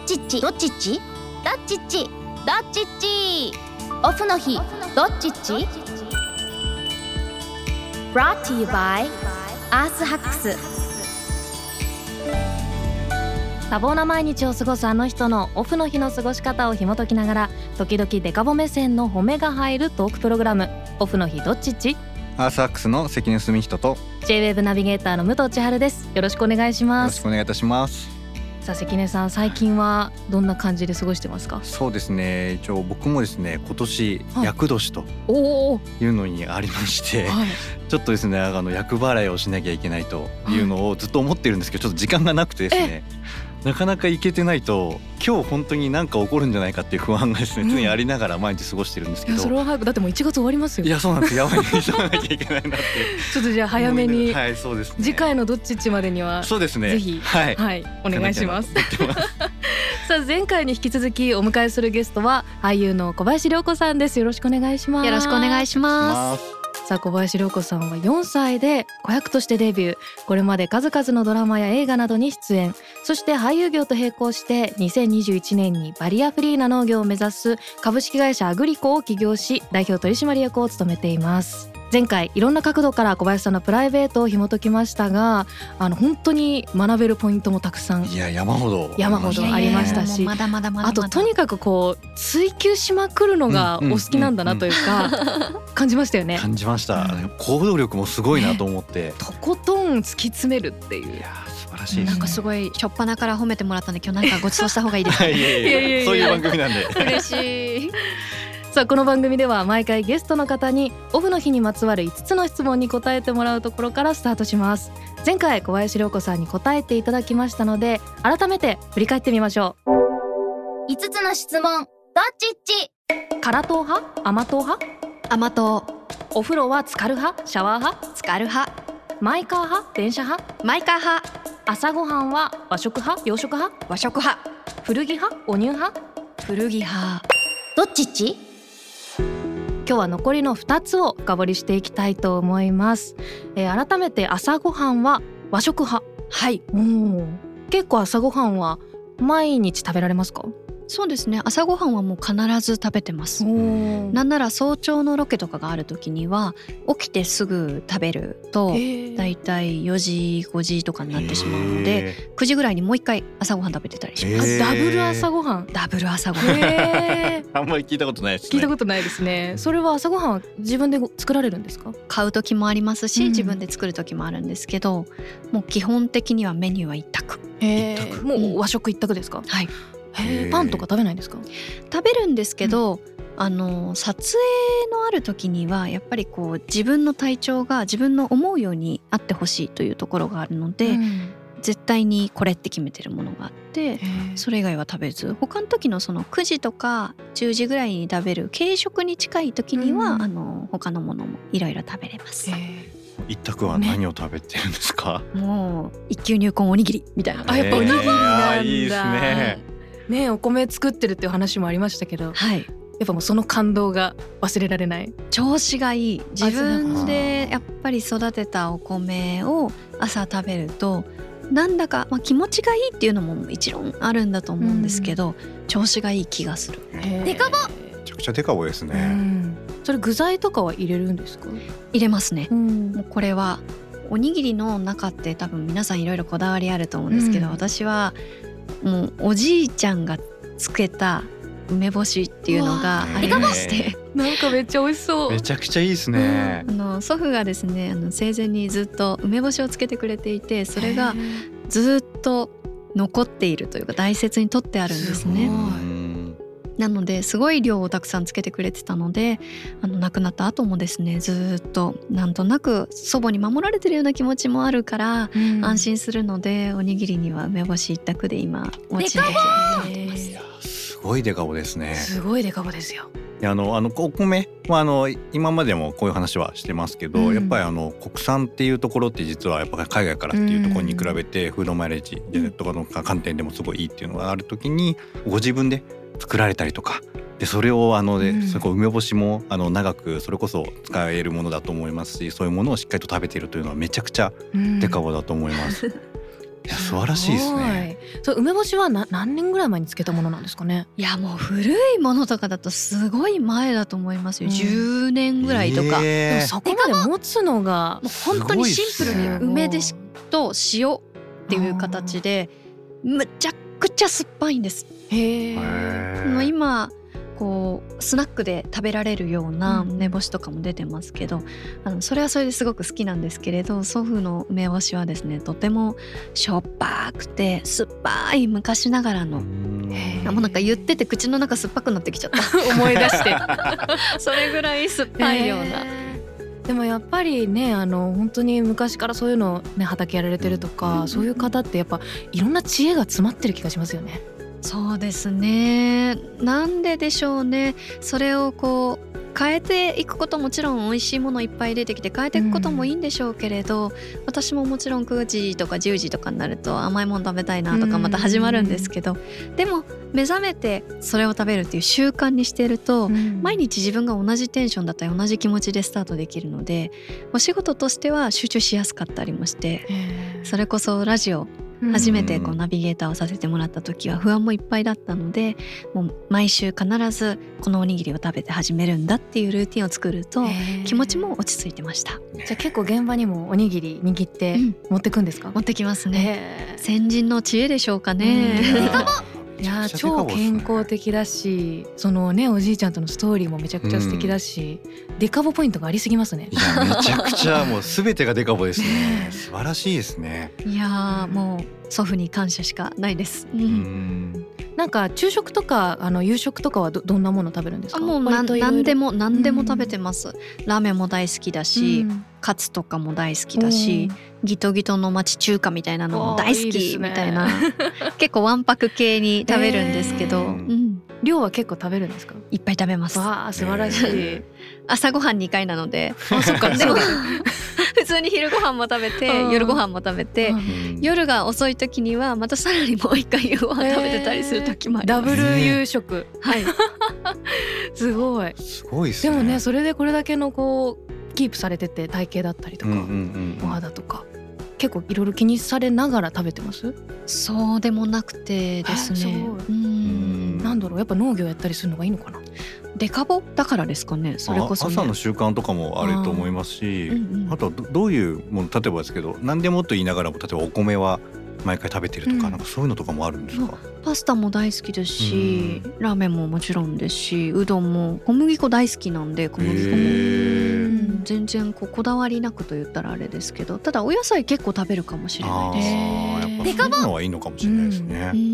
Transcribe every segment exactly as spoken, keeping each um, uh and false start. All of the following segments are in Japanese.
っちっちどっちっちどっちっちどっちっちオフの日どっちっち Brought to you by アースハックス。多忙な毎日を過ごすあの人のオフの日の過ごし方を紐解きながら、時々デカボ目線の褒めが入るトークプログラム、オフの日どっちっち。 アースハックスの関根澄人とジェイウェーブ ナビゲーターの武藤千春です。よろしくお願いします。 よろしくお願いいたします。 さあ関根さん、最近はどんな感じで過ごしてますか？ そうですね、一応僕もですね、今年厄年というのにありまして、はい、ちょっとですね、あの厄払いをしなきゃいけないというのをずっと思ってるんですけど、ちょっと時間がなくてですね、なかなか行けてないと、今日本当に何か起こるんじゃないかっていう不安がですね、常にありながら毎日過ごしてるんですけど、 いやそれは早く、だってもういちがつ終わりますよ。 いやそうなんです、やばいに急がなきゃいけないなってちょっとじゃあ早めに、 はい、そうですね、 次回のどっちっちまでにはそうですね、 ぜひ、はい、はい、お願いします。さあ前回に引き続きお迎えするゲストは俳優の小林涼子さんです。よろしくお願いします。 よろしくお願いします。 さあ小林涼子さんはよんさいで子役としてデビュー。これまで数々のドラマや映画などに出演、そして俳優業と並行してにせんにじゅういちねんにバリアフリーな農業を目指す株式会社アグリコを起業し、代表取締役を務めています。前回いろんな角度から小林さんのプライベートを紐解きましたが、あの本当に学べるポイントもたくさん、 いや山ほど山ほどありましたし、 まだまだまだまだ、 あととにかくこう追求しまくるのがお好きなんだなというか、感じましたよね。 感じました、うん、行動力もすごいなと思って、 ね、とことん突き詰めるっていう。 いや素晴らしいですね。 なんかすごい初っ端から褒めてもらったんで、今日なんかご馳走した方がいいですか？ いやいやいやそういう番組なんで嬉しい。 さあこの番組では毎回ゲストの方にオフの日にまつわるいつつの質問に答えてもらうところからスタートします。前回小林涼子さんに答えていただきましたので、改めて振り返ってみましょう。いつつの質問どっちっち。辛党派甘党派。 甘党。 お風呂は浸かる派シャワー派。 浸かる派。 マイカー派電車派。 マイカー派。 朝ごはんは和食派洋食派。 和食派。 古着派お乳派。 古着派。 どっちっち。今日は残りのふたつを深掘りしていきたいと思います、えー、改めて朝ごはんは和食派。 はい。 おー、結構朝ごはんは毎日食べられますか？ そうですね、朝ごはんはもう必ず食べてます。なんなら早朝のロケとかがある時には起きてすぐ食べるとだいたいよじごじとかになってしまうので、くじぐらいにもう一回朝ごはん食べてたりします。 ダブル朝ごはん。 ダブル朝ごはん。 あんまり聞いたことないですね。 聞いたことないですね。それは朝ごはんは自分で作られるんですか？ 買う時もありますし、うん、自分で作る時もあるんですけど、もう基本的にはメニューは一択。 一択。もう和食一択ですか？ はい。 へー、パンとか食べないんですか？ 食べるんですけど、うん、あの撮影のある時にはやっぱりこう自分の体調が自分の思うようにあってほしいというところがあるので、うん、絶対にこれって決めてるものがあって、それ以外は食べず、他の時のそのくじとかじゅうじぐらいに食べる軽食に近い時には、うん、あの他のものもいろいろ食べれます。 一択は何を食べてるんですか？ ね、もう一級入魂おにぎりみたいな。 あ、やっぱおにぎりなんだ。 いいですね。 ね、お米作ってるっていう話もありましたけど、はい、やっぱもうその感動が忘れられない。 調子がいい。自分でやっぱり育てたお米を朝食べるとなんだか、まあ、気持ちがいいっていうのももちろんあるんだと思うんですけど、うん、調子がいい気がする。 デカボ。 めちゃくちゃデカボですね、うん、 それ具材とかは入れるんですか？ 入れますね、うん、もうこれはおにぎりの中って多分皆さんいろいろこだわりあると思うんですけど、うん、私はもうおじいちゃんがつけた梅干しっていうのがありまして、 なんかめっちゃ美味しそう。 めちゃくちゃいいですね、 うん、あの祖父がですね、あの生前にずっと梅干しをつけてくれていて、それがずっと残っているというか大切に取ってあるんですね。なのですごい量をたくさんつけてくれてたので、あの亡くなった後もですね、ずっとなんとなく祖母に守られてるような気持ちもあるから安心するので、おにぎりには梅干し一択で今お家で食べてます。 いやすごいデカボですね。 すごいデカボですよ。 いやあのあのお米はあの今までもこういう話はしてますけど、うん、やっぱりあの国産っていうところって実はやっぱ海外からっていうところに比べてフードマイレージとかの観点でもすごいいいっていうのがあるときに、ご自分で作られたりとかで、それをあので、うん、そこ梅干しもあの長くそれこそ使えるものだと思いますし、そういうものをしっかりと食べているというのはめちゃくちゃデカボだと思います、うんいや素晴らしいですね。 そう梅干しはな何年ぐらい前につけたものなんですかね。 いやもう古いものとかだとすごい前だと思いますよ、うん、じゅうねんぐらいとか、 えー、 でもそこまで持つのがもう本当にシンプルに梅でしと塩っていう形でむちゃくちゃ酸っぱいんです。 へー。 今こうスナックで食べられるような梅干しとかも出てますけど、うん、あのそれはそれですごく好きなんですけれど、祖父の梅干しはですねとてもしょっぱくて酸っぱい昔ながらの、もうなんか言ってて口の中酸っぱくなってきちゃった思い出してそれぐらい酸っぱいような。 でもやっぱりねあの本当に昔からそういうの、ね、畑やられてるとか、うん、そういう方ってやっぱいろんな知恵が詰まってる気がしますよね。 そうですね。なんででしょうね。それをこう変えていくこともちろん美味しいものいっぱい出てきて変えていくこともいいんでしょうけれど、うん、私ももちろんくじとかじゅうじとかになると甘いもの食べたいなとかまた始まるんですけど、うん、でも目覚めてそれを食べるっていう習慣にしていると、うん、毎日自分が同じテンションだったり同じ気持ちでスタートできるので、お仕事としては集中しやすかったりもして、それこそラジオ初めてこうナビゲーターをさせてもらった時は不安もいっぱいだったので、もう毎週必ずこのおにぎりを食べて始めるんだっていうルーティンを作ると気持ちも落ち着いてました。 じゃあ結構現場にもおにぎり握って持ってくんですか？ 持ってきますね。先人の知恵でしょうかね。 いや超健康的だし、そのねおじいちゃんとのストーリーもめちゃくちゃ素敵だし、うん、デカボポイントがありすぎますね。 いやめちゃくちゃもう全てがデカボですね。素晴らしいですね。 いやもう祖父に感謝しかないです、うんうん、 なんか昼食とかあの夕食とかは ど, どんなもの食べるんですか？ あもう何でも何でも食べてます、うん、ラーメンも大好きだし、うん、カツとかも大好きだし、ギトギトの町中華みたいなのも大好きみたいな、いいね、結構わんぱく系に食べるんですけど、えーうん、 量は結構食べるんですか？ いっぱい食べます。 わあ素晴らしい朝ごはんにかいなのであそっかでも普通に昼ご飯も食べて夜ご飯も食べて、うん、夜が遅い時にはまたさらにもう一回夕ご飯食べてたりする時もあります、 ダブル夕食、 えー、はいすごいすごいですね。 でもねそれでこれだけのこうキープされてて体型だったりとか、うんうんうんうん、お肌とか結構いろいろ気にされながら食べてます？ そうでもなくてですね、 うん、なんだろうやっぱ農業やったりするのがいいのかな。 デカボだからですかね。それこそ、ね、 朝の習慣とかもあると思いますし、あ,、うんうん、あとは ど, どういうもの、例えばですけど何でもと言いながらも例えばお米は毎回食べてるとか、うん、なんかそういうのとかもあるんですか？ パスタも大好きですし、うん、ラーメンももちろんですし、うどんも小麦粉大好きなんで小麦粉も、うん、全然こうこだわりなくと言ったらあれですけど、ただお野菜結構食べるかもしれないです。 あやっぱそういうのはいいのかもしれないですね、うんうん、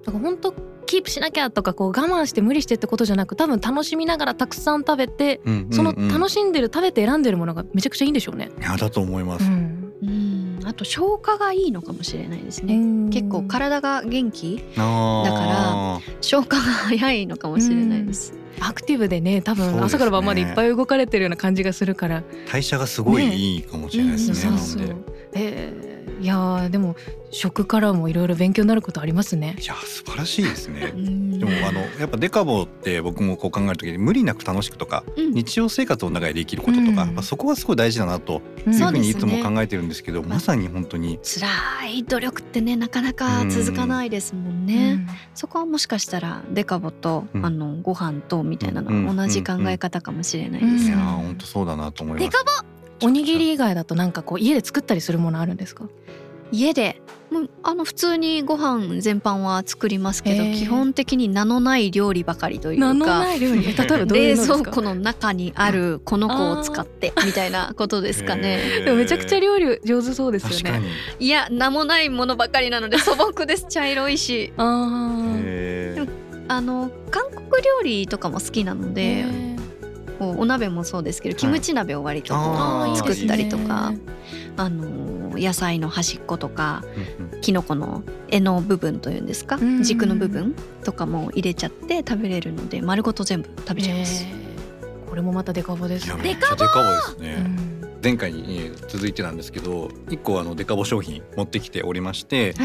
だから本当キープしなきゃとかこう我慢して無理してってことじゃなく、多分楽しみながらたくさん食べて、うんうんうん、その楽しんでる食べて選んでるものがめちゃくちゃいいんでしょうね。 いやだと思います、うんうん、あと消化がいいのかもしれないですね。結構体が元気だから消化が早いのかもしれないです。 アクティブでね多分朝から晩までいっぱい動かれてるような感じがするから、 代謝がすごいいいかもしれないですね、 ね、うん、そうそう、えー、いやでも食からもいろいろ勉強になることありますね。 いや素晴らしいですねでもあのやっぱデカボって僕もこう考えるときに無理なく楽しくとか、うん、日常生活の中でできることとか、うん、やっぱそこがすごい大事だなというふうにいつも考えてるんですけど、うん、まさに本当に辛い努力ってねなかなか続かないですもんね、うん、そこはもしかしたらデカボと、うん、あのご飯とみたいなのは同じ考え方かもしれないです、うんうん、 いや本当そうだなと思います。 デカボおにぎり以外だとなんかこう家で作ったりするものあるんですか？ 家でもうあの普通にご飯全般は作りますけど、基本的に名のない料理ばかりというか、 名のない料理例えばどういうのですか？ 冷蔵庫の中にあるこの子を使ってみたいなことですかね。 でもめちゃくちゃ料理上手そうですよね。 確かに。 いや名もないものばかりなので素朴です。茶色いしあでもあの韓国料理とかも好きなので、こうお鍋もそうですけどキムチ鍋を割とこう作ったりとか、あの野菜の端っことか、うんうん、キノコの柄の部分というんですか、うん、軸の部分とかも入れちゃって食べれるので丸ごと全部食べちゃいます。 これもまたデカボですね。 デカボですね、うん、前回に続いてなんですけどいっこあのデカボ商品持ってきておりまして、はい、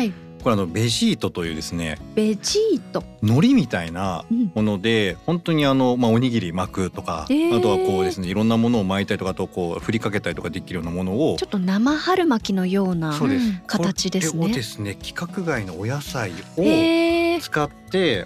これあのベジートというですね、 ベジート、 海苔みたいなもので、うん、本当にあの、まあ、おにぎり巻くとか、えー、あとはこうですねいろんなものを巻いたりとか、あとこう振りかけたりとかできるようなものを、 ちょっと生春巻きのような形ですね。 これをですね規格外のお野菜を使って、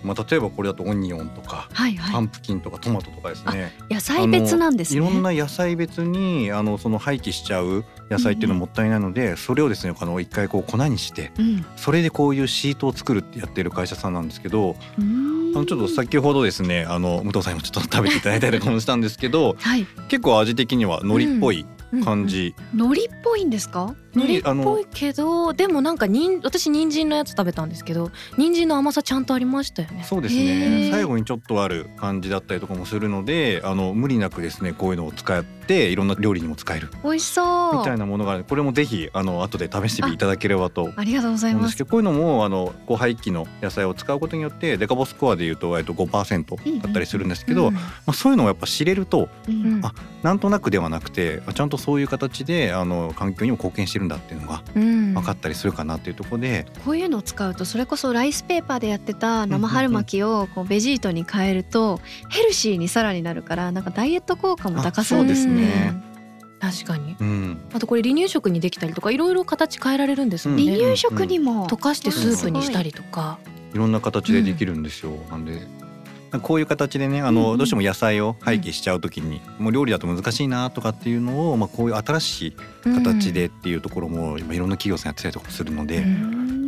まあ、例えばこれだとオニオンとか、はいはい、パンプキンとかトマトとかですね、 野菜別なんですね。 いろんな野菜別にあのその廃棄しちゃう野菜っていうのはもったいないので、うん、それをですねあの一回こう粉にして、うん、それでこういうシートを作るってやってる会社さんなんですけど、あのちょっと先ほどですねあの武藤さんにもちょっと食べていただいたりとかもしたんですけど、はい、結構味的には海苔っぽい感じ、 うんうん、海苔っぽいんですか？ 海苔っぽいけどでもなんかにん私人参のやつ食べたんですけど、人参の甘さちゃんとありましたよね。 そうですね、最後にちょっとある感じだったりとかもするので、あの無理なくですねこういうのを使っていろんな料理にも使える美味しそうみたいなものがある。これもぜひあの後で試していただければと。 あ, ありがとうございます。 こういうのもあのこう廃棄の野菜を使うことによってデカボスコアでいうと、えっと、ごパーセントだったりするんですけど、うんうんまあ、そういうのをやっぱ知れると、うん、あなんとなくではなくてちゃんとそういう形であの環境にも貢献してるんだっていうのが分かったりするかなっていうところで、 うん、こういうのを使うとそれこそライスペーパーでやってた生春巻きをこうベジートに変えるとヘルシーにさらになるから、なんかダイエット効果も高そうですね。 確かに、 うん、 あとこれ離乳食にできたりとかいろいろ形変えられるんですもんね、 うん、離乳食にも溶かしてスープにしたりとか、 いろんな形でできるんですよ、うん、なんでこういう形でねあの、うん、どうしても野菜を廃棄しちゃうときに、うん、もう料理だと難しいなとかっていうのを、まあ、こういう新しい形でっていうところも今いろんな企業さんやってたりとかするので、うん、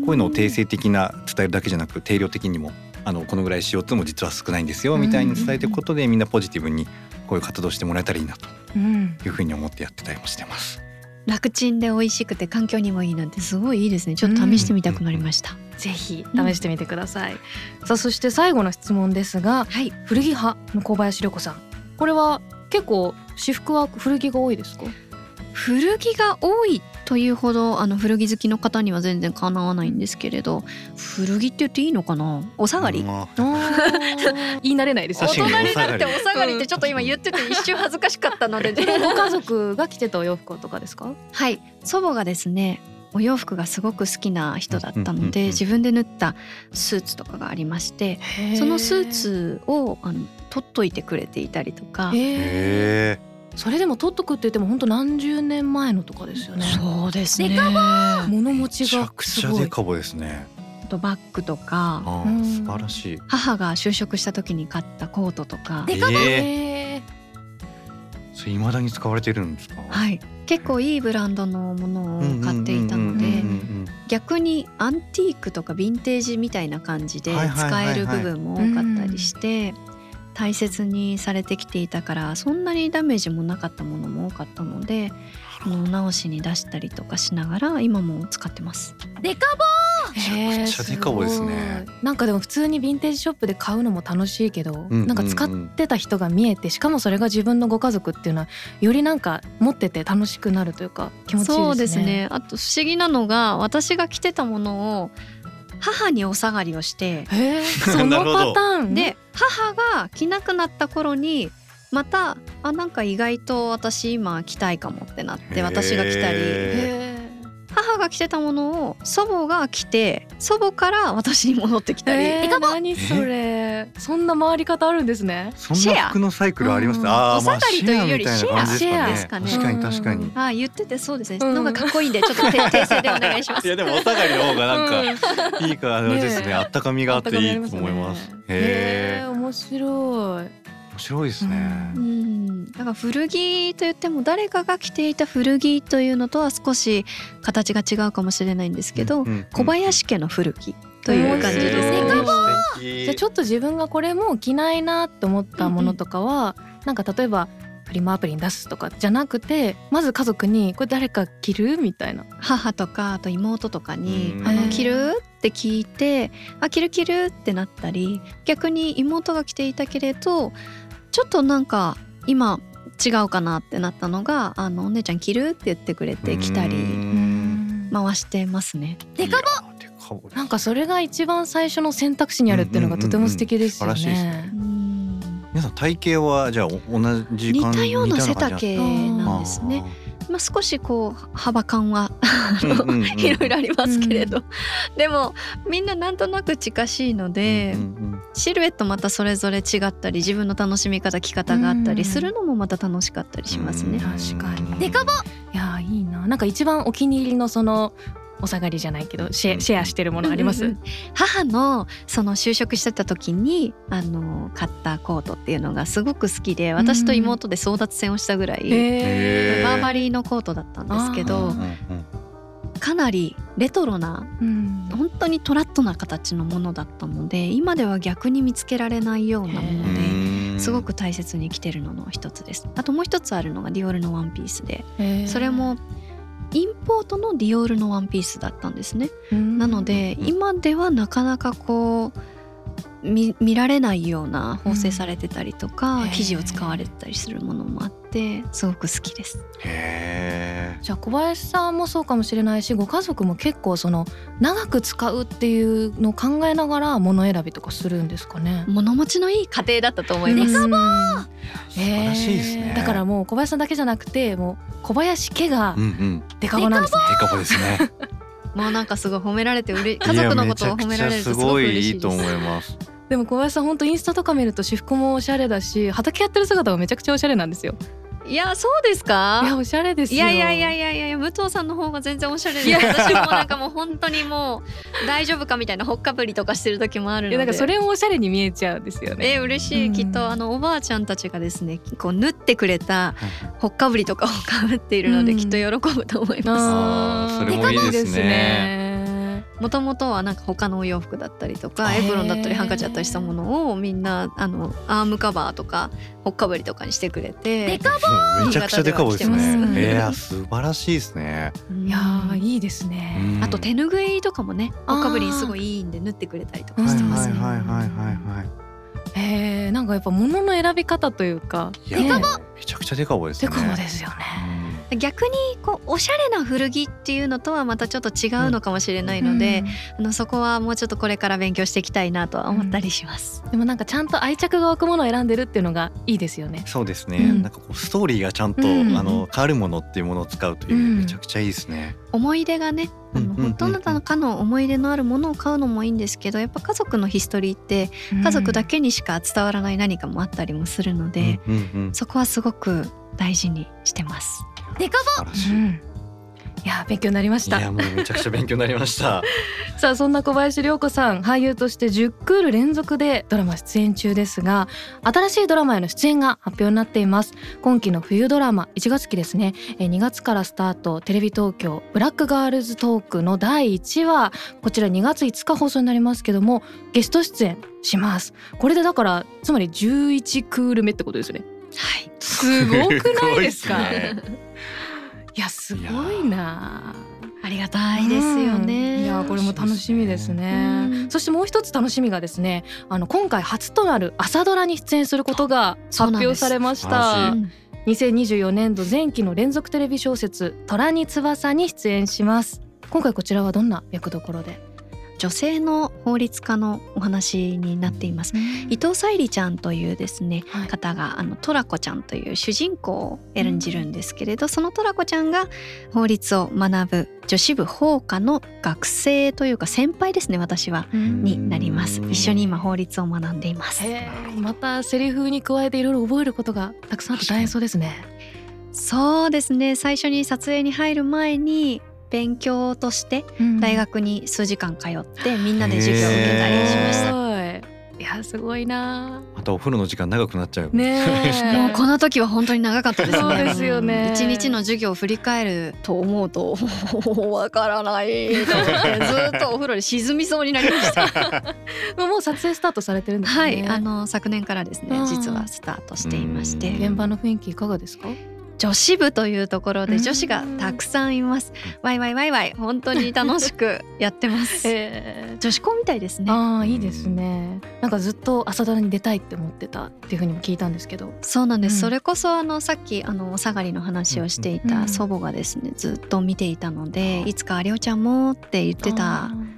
こういうのを定性的な伝えるだけじゃなく定量的にもあのこのぐらい シーオーツー も実は少ないんですよみたいに伝えていくことで、みんなポジティブにこういう活動してもらえたらいいなというふうに思ってやってたりもしてます。 楽ちんで美味しくて環境にもいいなんてすごいいいですね。ちょっと試してみたくなりました、 うんうんうん、ぜひ試してみてください、うん、さあそして最後の質問ですが、はい、古着派の小林涼子さん、これは結構私服は古着が多いですか？ 古着が多いというほどあの古着好きの方には全然かなわないんですけれど、古着って言っていいのかな、お下がり、うん、 言い慣れないですよ。 大人になってお下がりってちょっと今言ってて一瞬恥ずかしかったのでご家族が着てたお洋服とかですか？ はい、祖母がですねお洋服がすごく好きな人だったので、自分で縫ったスーツとかがありまして、そのスーツをあの取っといてくれていたりとか。 へー、 それでも取っとくって言っても本当何十年前のとかですよね。 そうですね。 デカボ物持ちがすごい。 めちゃくちゃデカボですね。 あとバッグとか、 ああ、素晴らしい。 母が就職した時に買ったコートとか。 デカボ、 えー、それ未だに使われてるんですか？ はい。結構いいブランドのものを買っていたので、逆にアンティークとかヴィンテージみたいな感じで使える部分も多かったりして。大切にされてきていたからそんなにダメージもなかったものも多かったので、直しに出したりとかしながら今も使ってます。 デカボー、 めちゃくちゃデカボですね。 なんかでも普通にヴィンテージショップで買うのも楽しいけど、うんうんうん、なんか使ってた人が見えて、しかもそれが自分のご家族っていうのはよりなんか持ってて楽しくなるというか気持ちいいですね。 そうですね。あと不思議なのが私が着てたものを母にお下がりをして、 そのパターンで母が着なくなった頃にまたあなんか意外と私今着たいかもってなって私が着たり、母が着てたものを祖母が着て祖母から私に戻ってきたり、 えー、何それ、そんな回り方あるんですね。 そんな服のサイクルありますね。あ、 お下がりというよりシェアシェアですかね。 確かに確かに。 あ、言っててそうですね。のがかっこいいんでちょっと訂正でお願いします。 いやでもお下がりの方がなんかいいからあれですね。あったかみがあっていいと思います。 へえ、面白い。 面白いですね。 うん、だから古着といっても誰かが着ていた古着というのとは少し形が違うかもしれないんですけど、うんうんうん、小林家の古着という感じですね。 じゃあちょっと自分がこれもう着ないなって思ったものとかは、うんうん、なんか例えばフリマアプリに出すとかじゃなくて、まず家族にこれ誰か着るみたいな、 母とかあと妹とかにあの着るって聞いて、あ着る着るってなったり、逆に妹が着ていたけれどちょっとなんか今違うかなってなったのが、あのお姉ちゃん着るって言ってくれて着たり回してますね。 デカボ、なんかそれが一番最初の選択肢にあるっていうのがとても素敵ですよね。皆さん体型はじゃあ同じ感じ、 似たような背丈なんですね。 まあ、少しこう幅感はいろいろありますけれど、うん、でもみんななんとなく近しいので、うんうん、シルエットまたそれぞれ違ったり自分の楽しみ方着方があったりするのもまた楽しかったりしますね、うん、 確かにデカボいやいいな。なんか一番お気に入りのそのお下がりじゃないけどシェ、シェアしてるものあります？ 母のその就職してた時にあの買ったコートっていうのがすごく好きで、私と妹で争奪戦をしたぐらいバーバリーのコートだったんですけど、かなりレトロな、うん、本当にトラットな形のものだったので、今では逆に見つけられないようなものですごく大切に着てるのの一つです。あともう一つあるのがディオールのワンピースで、それもインポートのディオールのワンピースだったんですね。なので今ではなかなかこう 見, 見られないような縫製されてたりとか、うん、生地を使われてたりするものもあってすごく好きです。 へー。じゃあ小林さんもそうかもしれないし、ご家族も結構その長く使うっていうのを考えながら物選びとかするんですかね。 物持ちのいい家庭だったと思います。 素晴らしいですね。 だからもう小林さんだけじゃなくてもう小林家がデカボなんですね。 デカボですね。 もうなんかすごい褒められてうれ家族のことを褒められるとすごく嬉しいです。 すごいいいと思います。 でも小林さん本当インスタとか見ると私服もおしゃれだし、畑やってる姿もめちゃくちゃおしゃれなんですよ。 いやそうですか。 いやおしゃれですよ。 いやいやいやいやいや武藤さんの方が全然おしゃれで、私もなんかもう本当にもう大丈夫かみたいなほっかぶりとかしてる時もあるので、いやなんかそれもおしゃれに見えちゃうんですよね。 え嬉しい、うん、きっとあのおばあちゃんたちがですねこう縫ってくれたほっかぶりとかをかぶっているので、うん、きっと喜ぶと思います。あそれもいいですね。 もともとはなんか他のお洋服だったりとかエプロンだったりハンカチだったりしたものをみんなあのアームカバーとかほっかぶりとかにしてくれて、 デカボめちゃくちゃデカボですね。いや素晴らしいですね。 いやいいですね。 あと手ぬぐいとかもねほっかぶりにすごいいいんで縫ってくれたりとかしてますね。 はいはいはいはいはい。 へー、なんかやっぱ物の選び方というかデカボめちゃくちゃデカボですね。 デカボですよね。 逆にこうおしゃれな古着っていうのとはまたちょっと違うのかもしれないので、うん、あのそこはもうちょっとこれから勉強していきたいなとは思ったりします、 うん、でもなんかちゃんと愛着が湧くものを選んでるっていうのがいいですよね。 そうですね、うん、なんかこうストーリーがちゃんと、うん、あの変わるものっていうものを使うという、うん、めちゃくちゃいいですね。 思い出がねあの、うんうんうんうん、どなたかの思い出のあるものを買うのもいいんですけど、やっぱ家族のヒストリーって家族だけにしか伝わらない何かもあったりもするので、うんうんうん、そこはすごく大事にしてます。 デカボ、うん、いや勉強になりました。 いやもうめちゃくちゃ勉強になりましたさあそんな小林涼子さん、俳優としてじゅっクール連続でドラマ出演中ですが、新しいドラマへの出演が発表になっています。今期の冬ドラマいちがつきですね、にがつからスタート、テレビ東京ブラックガールズトークのだいいちわ、こちらにがついつか放送になりますけどもゲスト出演します。これでだからつまりじゅういちクールめってことですね。 はい、 すごくないですか？いやすごいな。 ありがたいですよね、 うん、いやこれも楽しみですね、うん、そしてもう一つ楽しみがですね、あの今回初となる朝ドラに出演することが発表されました。にせんにじゅうよねんど前期の連続テレビ小説虎に翼に出演します。今回こちらはどんな役どころで？ 女性の法律家のお話になっています、うん、伊藤沙莉ちゃんというですね、はい、方があのトラコちゃんという主人公を演じるんですけれど、うん、そのトラコちゃんが法律を学ぶ女子部法科の学生というか先輩ですね、私は、うん、になります。一緒に今法律を学んでいます。 へー、またセリフに加えていろいろ覚えることがたくさんあって大変そうですね。 そうですね、最初に撮影に入る前に勉強として大学に数時間通ってみんなで授業を受けたりしました。 いやすごいな。 またお風呂の時間長くなっちゃうね。もうこの時は本当に長かったですね。 そうですよね。 一日の授業を振り返ると思うとわからないと思ってずっとお風呂に沈みそうになりましたもう撮影スタートされてるんですね。 はい、あの昨年からですね実はスタートしていまして。 現場の雰囲気いかがですか？ 女子部というところで女子がたくさんいます。ワイワイワイワイ本当に楽しくやってます、えー、女子校みたいですね。 ああいいですね。なんかずっと朝ドラに出たいって思ってたっていうふうにも聞いたんですけど。 そうなんです、うん、それこそあのさっきあのお下がりの話をしていた祖母がですねずっと見ていたので、うん、いつか有代ちゃんもって言ってた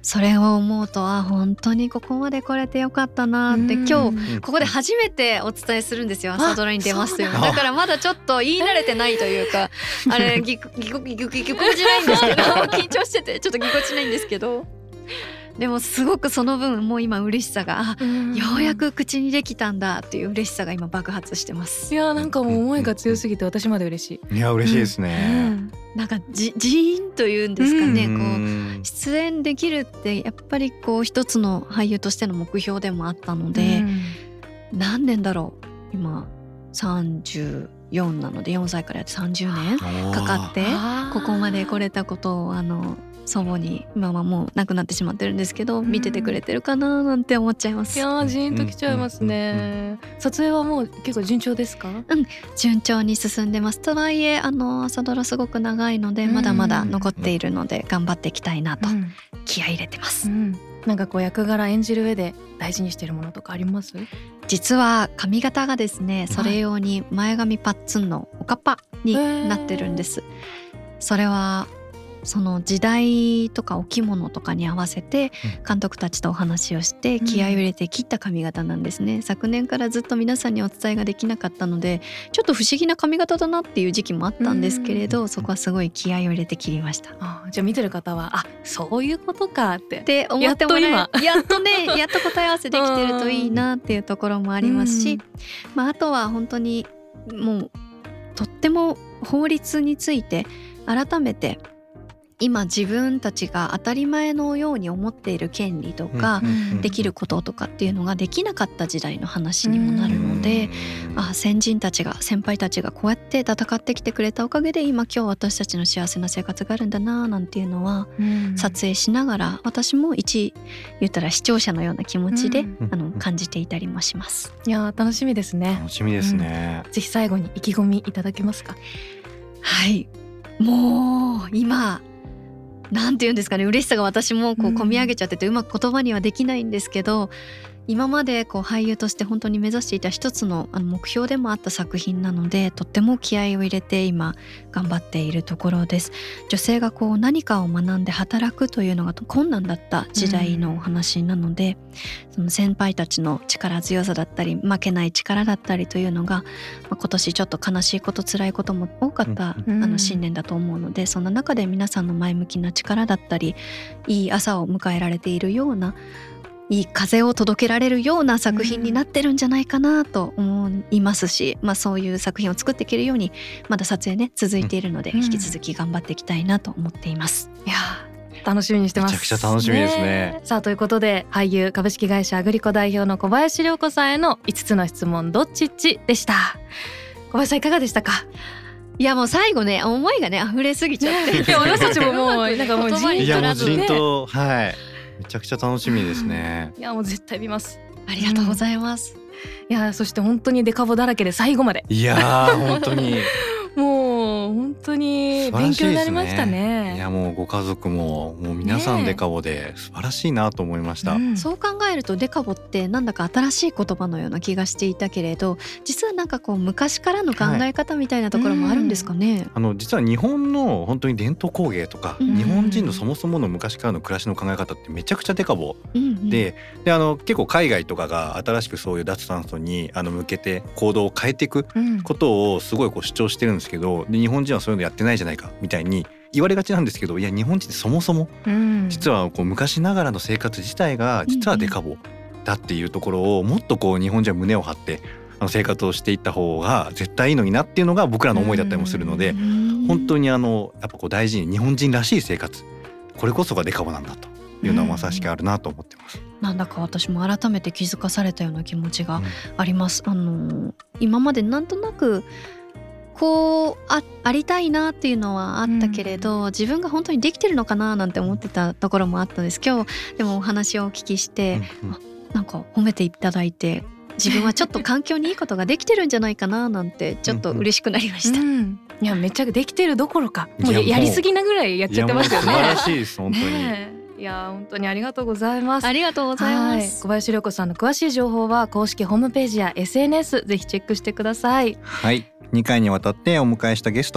それを思うとあ本当にここまで来れてよかったなって今日ここで初めてお伝えするんですよ。朝ドラに出ますよ。だからまだちょっと言い慣れてないというかあれぎこぎこぎこぎこちないんですけど緊張しててちょっとぎこちないんですけどでもすごくその分もう今嬉しさがあようやく口にできたんだっていう嬉しさが今爆発してます。 いやなんかもう思いが強すぎて私まで嬉しい。 いや嬉しいですね、うん、 なんかじジーンというんですかね、うん、こう出演できるってやっぱりこう一つの俳優としての目標でもあったので、うん、何年だろう今さんじゅうよんなのでよんさいからやってさんじゅうねんかかってここまで来れたことをあの祖母に今はもう亡くなってしまってるんですけど、うん、見ててくれてるかななんて思っちゃいます。 いやジーンときちゃいますね、うん、撮影はもう結構順調ですか？ うん順調に進んでます。とはいえあの朝ドラすごく長いのでまだまだ残っているので頑張っていきたいなと気合い入れてます、うん、 なんかこう役柄演じる上で大事にしてるものとかあります？ 実は髪型がですねそれ用に前髪パッツンのおかっぱになってるんです。それはその時代とかお着物とかに合わせて監督たちとお話をして気合を入れて切った髪型なんですね、うん、昨年からずっと皆さんにお伝えができなかったのでちょっと不思議な髪型だなっていう時期もあったんですけれど、うん、そこはすごい気合を入れて切りました。 あじゃあ見てる方はあそういうことかってって思ってもらえやっと今やっとねやっと答え合わせできてるといいなっていうところもありますし、うんまあ、あとは本当にもうとっても法律について改めて今自分たちが当たり前のように思っている権利とかできることとかっていうのができなかった時代の話にもなるので、あ先人たちが先輩たちがこうやって戦ってきてくれたおかげで今今日私たちの幸せな生活があるんだななんていうのは撮影しながら私も一言ったら視聴者のような気持ちであの感じていたりもします。 いや楽しみですね。 楽しみですね、 うん、ぜひ最後に意気込みいただけますか？ はいもう今なんて言うんですかね嬉しさが私もこう込み上げちゃっててうまく言葉にはできないんですけど、今までこう俳優として本当に目指していた一つのあの目標でもあった作品なのでとっても気合を入れて今頑張っているところです。女性がこう何かを学んで働くというのが困難だった時代のお話なので、うん、その先輩たちの力強さだったり負けない力だったりというのが、まあ、今年ちょっと悲しいこと辛いことも多かった、うん、あの新年だと思うので、そんな中で皆さんの前向きな力だったりいい朝を迎えられているようないい風を届けられるような作品になってるんじゃないかなと思いますし、うんまあ、そういう作品を作っていけるようにまだ撮影ね続いているので、うん、引き続き頑張っていきたいなと思っています。 いや楽しみにしてます。 めちゃくちゃ楽しみですね。 ねさあということで俳優株式会社アグリコ代表の小林涼子さんへのいつつの質問どっちっちでした。小林さんいかがでしたか？ いやもう最後ね思いがね溢れすぎちゃっていや私たちももうなんかもう言葉に足らずねいやもうじんとはいめちゃくちゃ楽しみですね。 いやもう絶対見ます。 ありがとうございます、 うん、いやそして本当にデカボだらけで最後までいや本当にもう本当に勉強になりましたね。 いやもうご家族ももう皆さんデカボで素晴らしいなと思いました、 ねうん、そう考えるとデカボってなんだか新しい言葉のような気がしていたけれど実はなんかこう昔からの考え方みたいなところもあるんですかね、はい、 あの実は日本の本当に伝統工芸とか、うん、日本人のそもそもの昔からの暮らしの考え方ってめちゃくちゃデカボで、うんうん、であの結構海外とかが新しくそういう脱炭素にあの向けて行動を変えていくことをすごいこう主張してるんですけど、で日本人はそういうのやってないじゃないかみたいに言われがちなんですけど、いや日本人ってそもそも実はこう昔ながらの生活自体が実はデカボだっていうところをもっとこう日本人は胸を張ってあの生活をしていった方が絶対いいのになっていうのが僕らの思いだったりもするので、本当にあのやっぱこう大事に日本人らしい生活これこそがデカボなんだというのはまさしくあるなと思ってます。 なんだか私も改めて気づかされたような気持ちがあります、うん、あの今までなんとなくこう あ, ありたいなっていうのはあったけれど、うん、自分が本当にできてるのかななんて思ってたところもあったんです。今日でもお話をお聞きして、うんうん、あなんか褒めていただいて自分はちょっと環境にいいことができてるんじゃないかななんてちょっと嬉しくなりました、うんうん、 いやめっちゃできてるどころかもう や, やりすぎなぐらいやっちゃってますよね。 素晴らしいです本当に、 ねいや本当にありがとうございます。 ありがとうございます。 小林涼子さんの詳しい情報は公式ホームページや エスエヌエス ぜひチェックしてください。 はい、にかいにわたってお迎えしたゲストは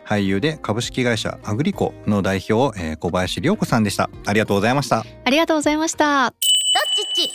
俳優で株式会社アグリコの代表、えー、小林涼子さんでした。ありがとうございました。 ありがとうございました。 どっちっち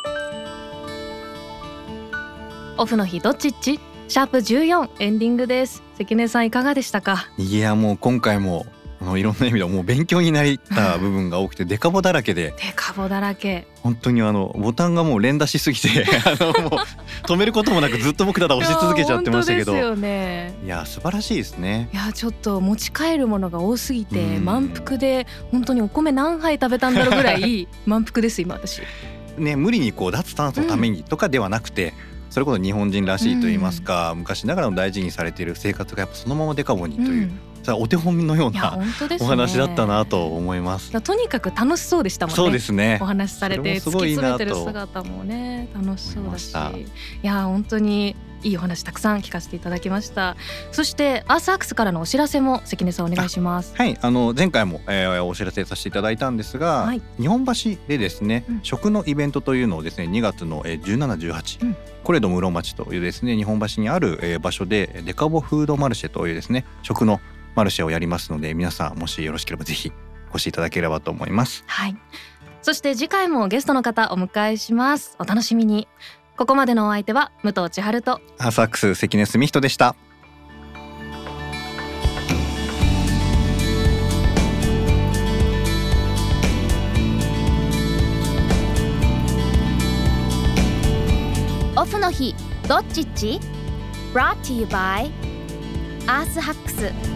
オフの日どっちっちシャープじゅうよんエンディングです。関根さんいかがでしたか？ いやもう今回もあのいろんな意味でもう勉強になった部分が多くてデカボだらけでデカボだらけ本当にあのボタンがもう連打しすぎてあのもう止めることもなくずっと僕ただ押し続けちゃってましたけど、いや、本当ですよね。いや素晴らしいですね。 いやちょっと持ち帰るものが多すぎて満腹で本当にお米何杯食べたんだろうぐらい満腹です今私ね。無理にこう脱炭素のためにとかではなくて、うん、それこそ日本人らしいと言いますか、うん、昔ながらの大事にされている生活がやっぱそのままデカボにという、うん、さお手本のようなお話だったなと思います。 とにかく楽しそうでしたもんね。 そうですね。 お話しされて突き詰めてる姿もね楽しそうだし、いや本当にいいお話たくさん聞かせていただきました。そしてアースアックスからのお知らせも関根さんお願いします。 はい、あの前回も、えー、お知らせさせていただいたんですが、はい、日本橋でですね、うん、食のイベントというのをですねにがつのじゅうしち、じゅうはち、うん、コレド室町というですね日本橋にある、えー、場所でデカボフードマルシェというですね食のマルシェをやりますので、皆さんもしよろしければぜひお越しいただければと思います。 はい。そして次回もゲストの方お迎えします。お楽しみに。ここまでのお相手は武藤千春とアースアックス関根澄人でした。 オフの日どっちっち Brought to you by アースハックス